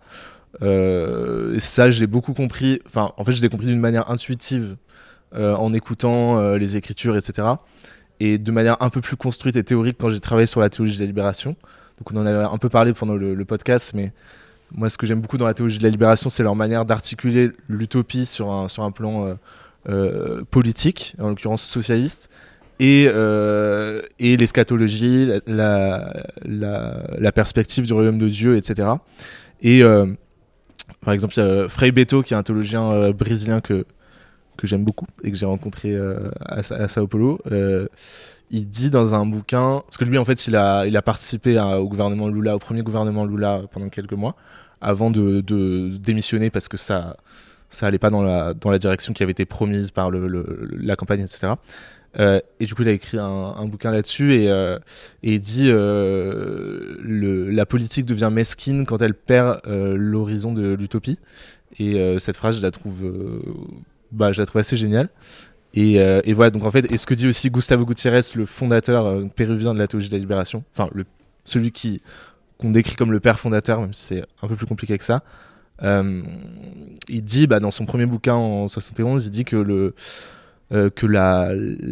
Euh, et ça, je l'ai beaucoup compris. Enfin, en fait, je l'ai compris d'une manière intuitive euh, en écoutant euh, les Écritures, et cetera. Et de manière un peu plus construite et théorique quand j'ai travaillé sur la théologie de la libération. Donc, on en a un peu parlé pendant le, le podcast, mais moi, ce que j'aime beaucoup dans la théologie de la libération, c'est leur manière d'articuler l'utopie sur un, sur un plan euh, Euh, politique, en l'occurrence socialiste, et, euh, et l'eschatologie, la, la, la, la perspective du royaume de Dieu, et cetera. Et euh, par exemple, il y a Frei Beto, qui est un théologien euh, brésilien que, que j'aime beaucoup et que j'ai rencontré euh, à, à Sao Paulo. Euh, il dit dans un bouquin, parce que lui en fait il a, il a participé à, au gouvernement Lula, au premier gouvernement Lula pendant quelques mois, avant de, de, de démissionner parce que ça ça allait pas dans la, dans la direction qui avait été promise par le, le, la campagne, et cetera. Euh, et du coup, il a écrit un, un bouquin là-dessus et, euh, et il dit euh, le, la politique devient mesquine quand elle perd euh, l'horizon de l'utopie. Et euh, cette phrase, je la trouve, euh, bah, je la trouve assez géniale. Et, euh, et voilà, donc en fait, et ce que dit aussi Gustavo Gutiérrez, le fondateur euh, péruvien de la théologie de la libération, enfin, le, celui qui, qu'on décrit comme le père fondateur, même si c'est un peu plus compliqué que ça. Euh, il dit, bah, dans son premier bouquin en soixante et onze, il dit que, le, euh, que la,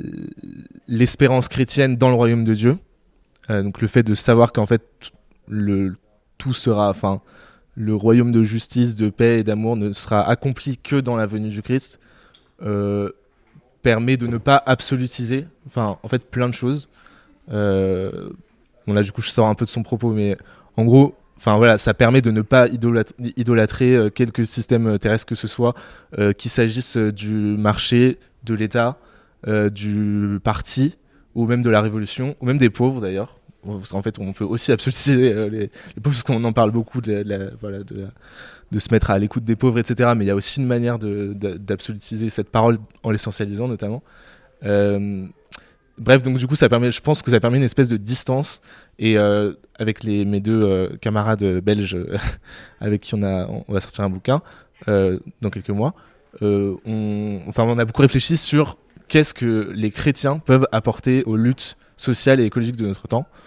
l'espérance chrétienne dans le royaume de Dieu, euh, donc le fait de savoir qu'en fait le, tout sera, enfin, le royaume de justice, de paix et d'amour ne sera accompli que dans la venue du Christ, euh, permet de ne pas absolutiser, enfin, en fait, plein de choses. Euh, bon là du coup je sors un peu de son propos, mais en gros, enfin voilà, ça permet de ne pas idolâtrer, idolâtrer euh, quelque système terrestre que ce soit, euh, qu'il s'agisse du marché, de l'État, euh, du parti, ou même de la révolution, ou même des pauvres d'ailleurs. Parce qu'en fait, on peut aussi absolutiser euh, les, les pauvres, parce qu'on en parle beaucoup de, de, la, voilà, de, la, de se mettre à l'écoute des pauvres, et cetera. Mais il y a aussi une manière de, de, d'absolutiser cette parole en l'essentialisant, notamment. Euh, bref, donc du coup, ça permet, je pense que ça permet une espèce de distance. Et euh, avec les, mes deux euh, camarades belges avec qui on, a, on va sortir un bouquin euh, dans quelques mois, euh, on, enfin, on a beaucoup réfléchi sur qu'est-ce que les chrétiens peuvent apporter aux luttes sociales et écologiques de notre temps.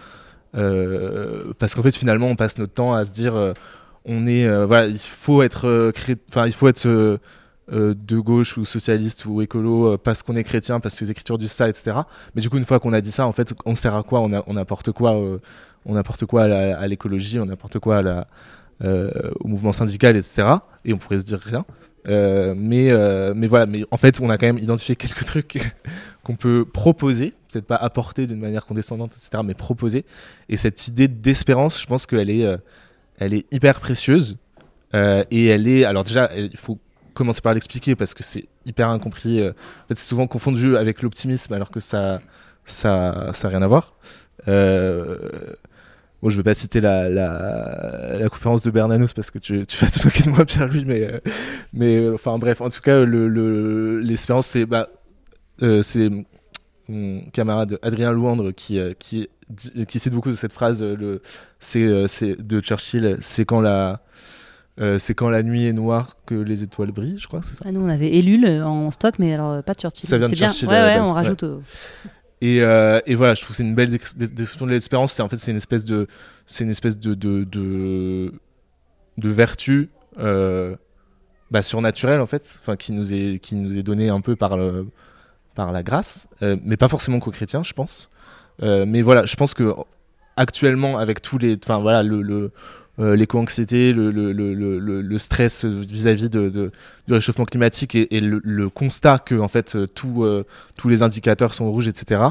Euh, parce qu'en fait finalement on passe notre temps à se dire euh, on est euh, voilà, il faut être euh, cré... enfin il faut être euh, euh, de gauche ou socialiste ou écolo euh, parce qu'on est chrétien, parce que les écritures disent ça, etc. Mais du coup une fois qu'on a dit ça, en fait on sert à quoi, on, a, on apporte quoi euh, on apporte quoi à, la, à l'écologie, on apporte quoi à la, euh, au mouvement syndical, etc. Et on pourrait se dire rien. Euh, mais, euh, mais voilà, mais en fait on a quand même identifié quelques trucs qu'on peut proposer, peut-être pas apporter d'une manière condescendante, et cetera, mais proposer. Et cette idée d'espérance, je pense qu'elle est, euh, elle est hyper précieuse. Euh, et elle est, alors déjà, il faut commencer par l'expliquer parce que c'est hyper incompris. Euh, en fait, c'est souvent confondu avec l'optimisme alors que ça, ça, ça a rien à voir. Euh, Bon, je ne vais pas citer la, la, la conférence de Bernanos parce que tu, tu vas te moquer de moi, Pierre-Louis, mais, euh, mais euh, enfin bref, en tout cas, le, le, l'espérance, c'est, bah, euh, c'est mon camarade Adrien Louandre qui, euh, qui, qui cite beaucoup de cette phrase, le, c'est, euh, c'est de Churchill, c'est quand, la, euh, c'est quand la nuit est noire que les étoiles brillent, je crois, c'est ça. Ah, nous, on avait Ellul en stock, mais alors pas de Churchill. Ça vient c'est de bien. Churchill. Ouais, ouais, base, on rajoute ouais. au... Et, euh, et voilà, je trouve que c'est une belle description de l'espérance. C'est en fait c'est une espèce de, c'est une espèce de de de, de vertu euh, bah, surnaturelle en fait, enfin qui nous est qui nous est donnée un peu par le, par la grâce, euh, mais pas forcément qu'aux chrétiens, je pense. Euh, mais voilà, je pense que actuellement avec tous les, enfin voilà le, le Euh, l'éco-anxiété, le, le, le, le, le stress vis-à-vis de, de, du réchauffement climatique et, et le, le constat que en fait, tout, euh, tous les indicateurs sont rouges, et cetera,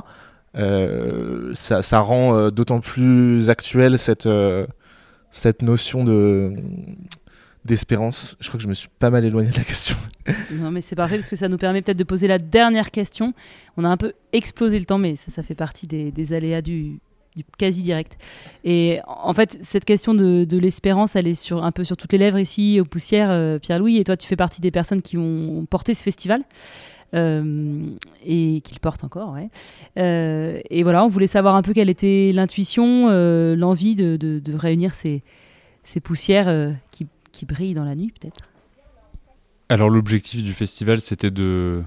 euh, ça, ça rend euh, d'autant plus actuelle cette, euh, cette notion de, d'espérance. Je crois que je me suis pas mal éloigné de la question. Non, mais c'est parfait parce que ça nous permet peut-être de poser la dernière question. On a un peu explosé le temps, mais ça, ça fait partie des, des aléas du... du quasi direct. Et en fait, cette question de, de l'espérance, elle est sur, un peu sur toutes les lèvres ici, aux Poussières, euh, Pierre-Louis, et toi, tu fais partie des personnes qui ont porté ce festival, euh, et qui le portent encore, ouais. Euh, et voilà, on voulait savoir un peu quelle était l'intuition, euh, l'envie de, de, de réunir ces, ces poussières euh, qui, qui brillent dans la nuit, peut-être. Alors, l'objectif du festival, c'était de,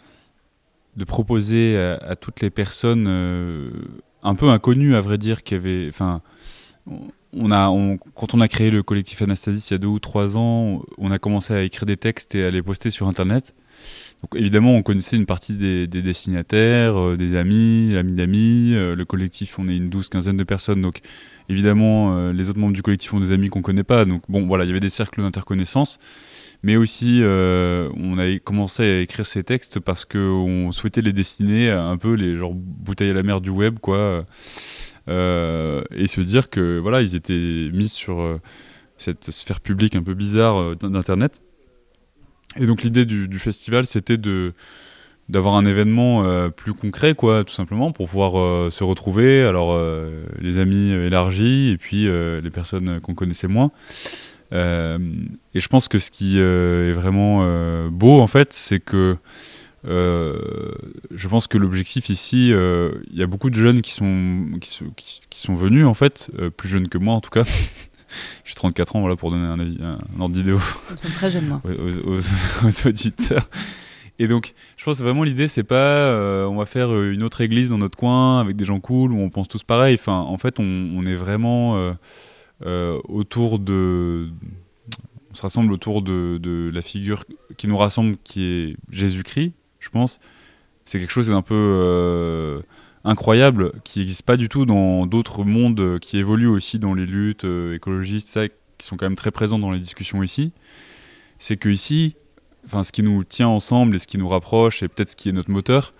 de proposer à, à toutes les personnes... Euh, un peu inconnu à vrai dire, qui avait, enfin, on a, on, quand on a créé le collectif Anastasis il y a deux ou trois ans, on a commencé à écrire des textes et à les poster sur internet. Donc évidemment, on connaissait une partie des, des destinataires, euh, des amis, amis d'amis. Euh, le collectif, on est une douze, quinzaine de personnes, donc évidemment, euh, les autres membres du collectif ont des amis qu'on connaît pas. Donc bon, voilà, il y avait des cercles d'interconnaissance. Mais aussi, euh, on a commencé à écrire ces textes parce qu'on souhaitait les destiner à un peu les genre bouteilles à la mer du web, quoi, euh, et se dire que voilà, ils étaient mis sur euh, cette sphère publique un peu bizarre euh, d'internet. Et donc l'idée du, du festival, c'était de d'avoir un événement euh, plus concret, quoi, tout simplement, pour pouvoir euh, se retrouver. Alors euh, les amis élargis et puis euh, les personnes qu'on connaissait moins. Euh, et je pense que ce qui euh, est vraiment euh, beau en fait, c'est que euh, je pense que l'objectif ici, il euh, y a beaucoup de jeunes qui sont, qui, sont, qui, qui sont venus en fait, euh, plus jeunes que moi en tout cas. J'ai trente-quatre ans, voilà, pour donner un, avis, un, un ordre d'idée aux, Ils sont très jeunes, moi. aux, aux, aux auditeurs. Et donc, je pense que vraiment l'idée, c'est pas euh, on va faire une autre église dans notre coin avec des gens cool où on pense tous pareil. Enfin, en fait, on, on est vraiment euh, Euh, autour de, on se rassemble autour de, de la figure qui nous rassemble, qui est Jésus-Christ, je pense. C'est quelque chose d'un peu euh, incroyable, qui n'existe pas du tout dans d'autres mondes qui évoluent aussi dans les luttes euh, écologistes, ça, qui sont quand même très présents dans les discussions ici. C'est que ici, enfin, ce qui nous tient ensemble et ce qui nous rapproche, et peut-être ce qui est notre moteur,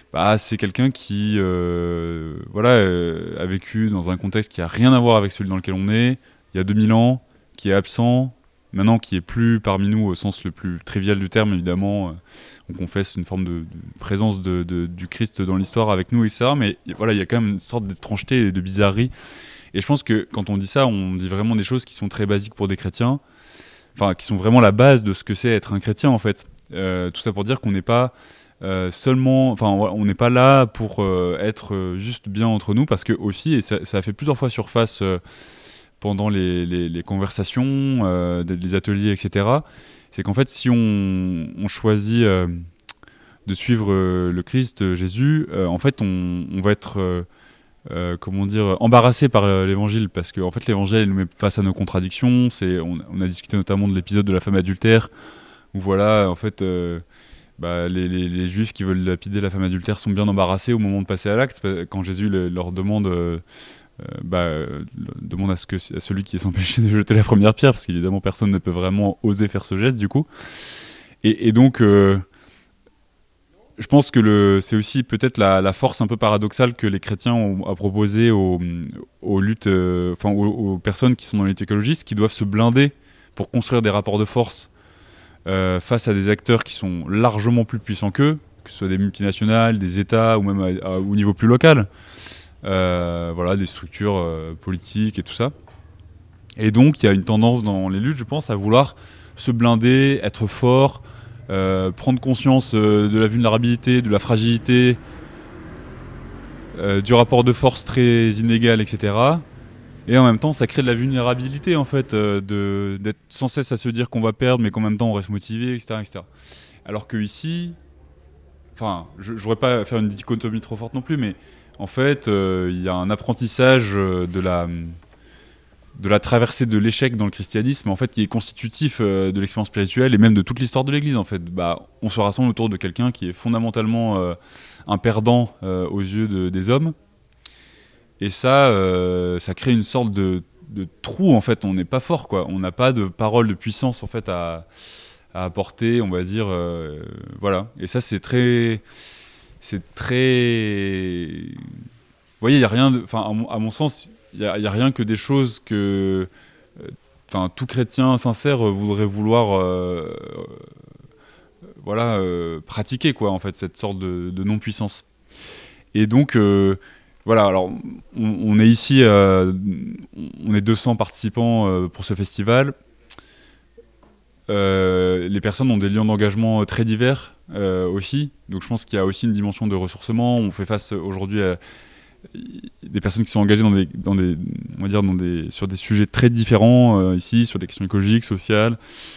bah, c'est quelqu'un qui euh, voilà, euh, a vécu dans un contexte qui n'a rien à voir avec celui dans lequel on est, il y a deux mille ans, qui est absent, maintenant qui est plus parmi nous au sens le plus trivial du terme, évidemment. On confesse une forme de, de présence de, de, du Christ dans l'histoire avec nous, et cetera. Mais voilà, il y a quand même une sorte d'étrangeté et de bizarrerie. Et je pense que quand on dit ça, on dit vraiment des choses qui sont très basiques pour des chrétiens, enfin, qui sont vraiment la base de ce que c'est être un chrétien, en fait. Euh, tout ça pour dire qu'on n'est pas euh, seulement... Enfin, on n'est pas là pour euh, être juste bien entre nous, parce que aussi, et ça, ça a fait plusieurs fois surface euh, pendant les, les, les conversations, euh, les ateliers, et cetera, c'est qu'en fait, si on, on choisit euh, de suivre euh, le Christ, euh, Jésus, euh, en fait, on, on va être, euh, euh, comment dire, embarrassé par l'Évangile, parce que en fait, l'Évangile nous met face à nos contradictions. C'est, on, on a discuté notamment de l'épisode de la femme adultère, où voilà, en fait, euh, bah, les, les, les Juifs qui veulent lapider la femme adultère sont bien embarrassés au moment de passer à l'acte, quand Jésus le, leur demande... Euh, Euh, bah, euh, demande à, ce que, à celui qui est sans péché de jeter la première pierre, parce qu'évidemment personne ne peut vraiment oser faire ce geste du coup. Et, et donc euh, je pense que le, c'est aussi peut-être la, la force un peu paradoxale que les chrétiens ont à proposer aux, aux luttes, euh, enfin aux, aux personnes qui sont dans les luttes écologistes, qui doivent se blinder pour construire des rapports de force euh, face à des acteurs qui sont largement plus puissants qu'eux, que ce soit des multinationales, des États ou même à, à, au niveau plus local. Euh, voilà, des structures euh, politiques et tout ça. Et donc il y a une tendance dans les luttes, je pense, à vouloir se blinder, être fort, euh, prendre conscience euh, de la vulnérabilité, de la fragilité, euh, du rapport de force très inégal, et cetera. Et en même temps, ça crée de la vulnérabilité, en fait, euh, de, d'être sans cesse à se dire qu'on va perdre, mais qu'en même temps on reste motivé, et cetera, et cetera. Alors que ici, enfin, je ne voudrais pas faire une dichotomie trop forte non plus, mais en fait, il euh, y a un apprentissage de la, de la traversée de l'échec dans le christianisme, en fait, qui est constitutif euh, de l'expérience spirituelle et même de toute l'histoire de l'Église. En fait, bah, on se rassemble autour de quelqu'un qui est fondamentalement euh, un perdant euh, aux yeux de, des hommes, et ça, euh, ça crée une sorte de, de trou. En fait, on n'est pas fort, quoi. On n'a pas de parole de puissance en fait à, à apporter, on va dire, euh, voilà. Et ça, c'est très c'est très... Vous voyez, il n'y a rien... Enfin, à, mon, à mon sens, il n'y a, a rien que des choses que... Enfin, euh, tout chrétien sincère voudrait vouloir... Euh, euh, voilà, euh, pratiquer, quoi, en fait, cette sorte de, de non-puissance. Et donc... Euh, Voilà, alors on, on est ici, euh, on est deux cents participants euh, pour ce festival. Euh, les personnes ont des liens d'engagement très divers euh, aussi, donc je pense qu'il y a aussi une dimension de ressourcement. On fait face aujourd'hui à des personnes qui sont engagées dans des, dans des, on va dire dans des, sur des sujets très différents euh, ici, sur des questions écologiques, sociales.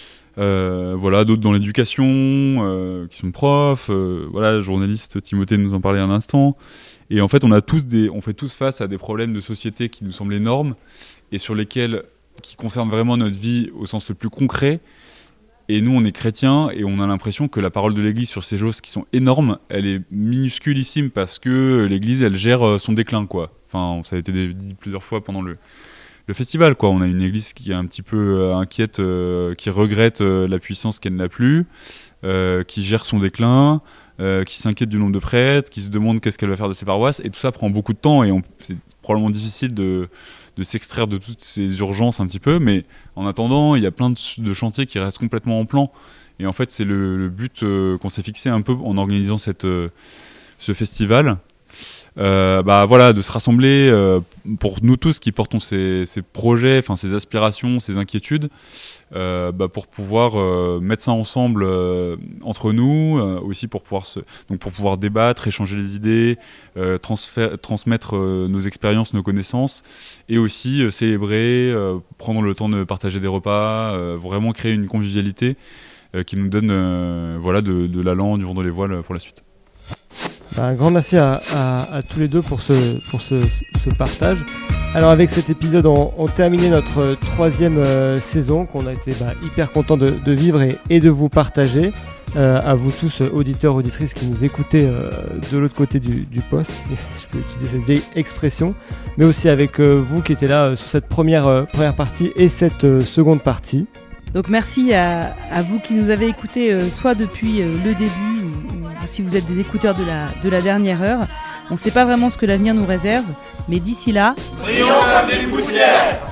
Euh, voilà, d'autres dans l'éducation, euh, qui sont profs. Euh, voilà, journaliste Timothée nous en parlait un instant. Et en fait, on, a tous des, on fait tous face à des problèmes de société qui nous semblent énormes et sur lesquels, qui concernent vraiment notre vie au sens le plus concret. Et nous, on est chrétiens et on a l'impression que la parole de l'Église sur ces choses qui sont énormes, elle est minusculissime parce que l'Église, elle gère son déclin, quoi. Enfin, ça a été dit plusieurs fois pendant le, le festival, quoi. On a une Église qui est un petit peu inquiète, euh, qui regrette euh, la puissance qu'elle n'a plus, euh, qui gère son déclin. Euh, qui s'inquiète du nombre de prêtres, qui se demande qu'est-ce qu'elle va faire de ses paroisses, et tout ça prend beaucoup de temps, et on, c'est probablement difficile de, de s'extraire de toutes ces urgences un petit peu, mais en attendant, il y a plein de, de chantiers qui restent complètement en plan, et en fait c'est le, le but euh, qu'on s'est fixé un peu en organisant cette, euh, ce festival, euh, bah, voilà, de se rassembler euh, pour nous tous qui portons ces, ces projets, enfin ces aspirations, ces inquiétudes, euh, bah, pour pouvoir euh, mettre ça ensemble euh, entre nous, euh, aussi pour pouvoir, se, donc pour pouvoir débattre, échanger les idées, euh, transférer, transmettre euh, nos expériences, nos connaissances, et aussi euh, célébrer, euh, prendre le temps de partager des repas, euh, vraiment créer une convivialité euh, qui nous donne euh, voilà, de, de l'allant, du vent dans les voiles pour la suite. Bah, un grand merci à, à, à tous les deux pour ce, pour ce, ce partage. Alors avec cet épisode, on, on terminait notre troisième euh, saison qu'on a été bah, hyper content de, de vivre et, et de vous partager. Euh, à vous tous, auditeurs, auditrices qui nous écoutez euh, de l'autre côté du, du poste, si je peux utiliser cette vieille expression, mais aussi avec euh, vous qui étiez là euh, sur cette première, euh, première partie et cette euh, seconde partie. Donc merci à, à vous qui nous avez écoutés, euh, soit depuis euh, le début ou, ou si vous êtes des écouteurs de la, de la dernière heure. On ne sait pas vraiment ce que l'avenir nous réserve, mais d'ici là... Brillons comme des poussières.